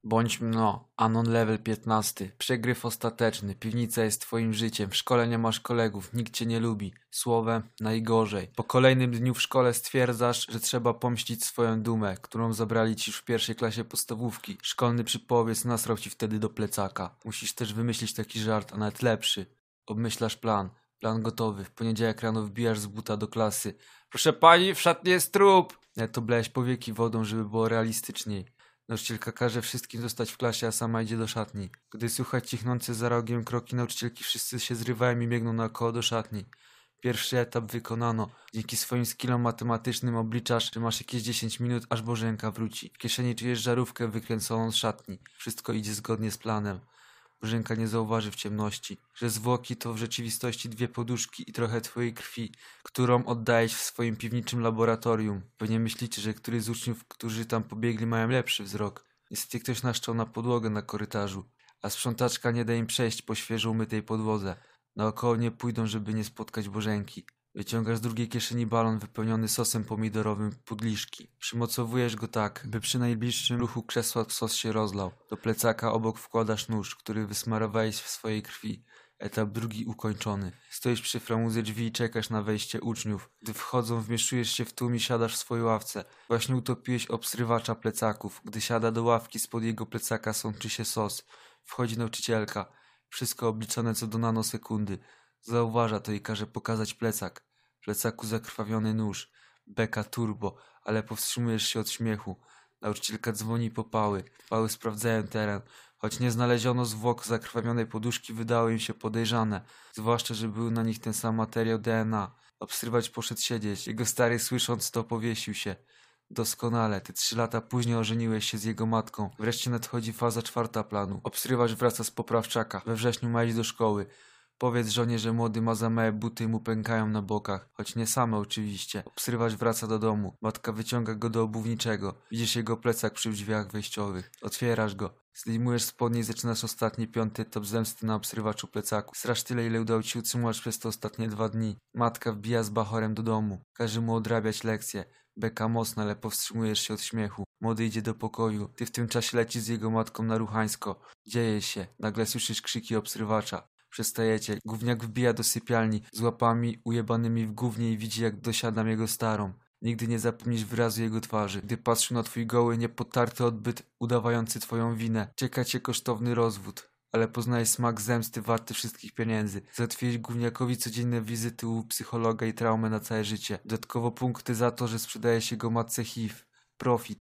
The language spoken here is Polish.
Bądź mno, Anon level 15. Przegryw ostateczny. Piwnica jest twoim życiem. W szkole nie masz kolegów. Nikt cię nie lubi. Słowem, najgorzej. Po kolejnym dniu w szkole stwierdzasz, że trzeba pomścić swoją dumę, którą zabrali ci już w pierwszej klasie podstawówki. Szkolny przypowiedz nasrał ci wtedy do plecaka. Musisz też wymyślić taki żart, a nawet lepszy. Obmyślasz plan. Plan gotowy. W poniedziałek rano wbijasz z buta do klasy. Proszę pani, w szatni jest trup! To blałeś powieki wodą, żeby było realistyczniej. Nauczycielka każe wszystkim zostać w klasie, a sama idzie do szatni. Gdy słychać cichnące za rogiem kroki nauczycielki, wszyscy się zrywają i biegną naokoło do szatni. Pierwszy etap wykonano. Dzięki swoim skillom matematycznym obliczasz, że masz jakieś 10 minut, aż Bożenka wróci. W kieszeni czujesz żarówkę wykręconą z szatni. Wszystko idzie zgodnie z planem. Bożenka nie zauważy w ciemności, że zwłoki to w rzeczywistości 2 poduszki i trochę twojej krwi, którą oddajesz w swoim piwniczym laboratorium. Pewnie myślicie, że któryś z uczniów, którzy tam pobiegli, mają lepszy wzrok. Niestety ktoś naszczał na podłogę na korytarzu, a sprzątaczka nie da im przejść po świeżo umytej podłodze. Naokoło nie pójdą, żeby nie spotkać Bożenki. Wyciągasz z drugiej kieszeni balon wypełniony sosem pomidorowym Pudliszki. Przymocowujesz go tak, by przy najbliższym ruchu krzesła sos się rozlał. Do plecaka obok wkładasz nóż, który wysmarowałeś w swojej krwi. Etap drugi ukończony. Stoisz przy framuzy drzwi i czekasz na wejście uczniów. Gdy wchodzą, wmieszujesz się w tłum i siadasz w swojej ławce. Właśnie utopiłeś obsrywacza plecaków. Gdy siada do ławki, spod jego plecaka sączy się sos. Wchodzi nauczycielka. Wszystko obliczone co do nanosekundy. Zauważa to i każe pokazać plecak. W plecaku zakrwawiony nóż. Beka turbo, ale powstrzymujesz się od śmiechu. Nauczycielka dzwoni po pały. Pały sprawdzają teren. Choć nie znaleziono zwłok zakrwawionej poduszki, wydało im się podejrzane. Zwłaszcza, że był na nich ten sam materiał DNA. Obstrywać poszedł siedzieć. Jego stary słysząc to powiesił się. Doskonale. Ty 3 lata później ożeniłeś się z jego matką. Wreszcie nadchodzi faza 4 planu. Obstrywacz wraca z poprawczaka. We wrześniu ma iść do szkoły. Powiedz żonie, że młody ma za małe buty i mu pękają na bokach. Choć nie same oczywiście. Obsrywacz wraca do domu. Matka wyciąga go do obuwniczego. Widzisz jego plecak przy drzwiach wejściowych. Otwierasz go. Zdejmujesz spodnie i zaczynasz ostatni 5. etap zemsty na obsrywaczu plecaku. Strasz tyle, ile udało ci utrzymać przez te ostatnie 2 dni. Matka wbija z bachorem do domu. Każe mu odrabiać lekcje. Beka mocno, ale powstrzymujesz się od śmiechu. Młody idzie do pokoju. Ty w tym czasie lecisz z jego matką na Ruchańsko. Dzieje się. Nagle słyszysz krzyki obsrywacza. Przestajecie. Gówniak wbija do sypialni z łapami ujebanymi w gównie i widzi, jak dosiadam jego starą. Nigdy nie zapomnisz wyrazu jego twarzy, gdy patrzył na twój goły, niepotarty odbyt udawający twoją winę. Czeka cię kosztowny rozwód, ale poznajesz smak zemsty warty wszystkich pieniędzy. Załatwiłeś gówniakowi codzienne wizyty u psychologa i traumę na całe życie. Dodatkowo punkty za to, że sprzedajesz jego matce HIV. Profit.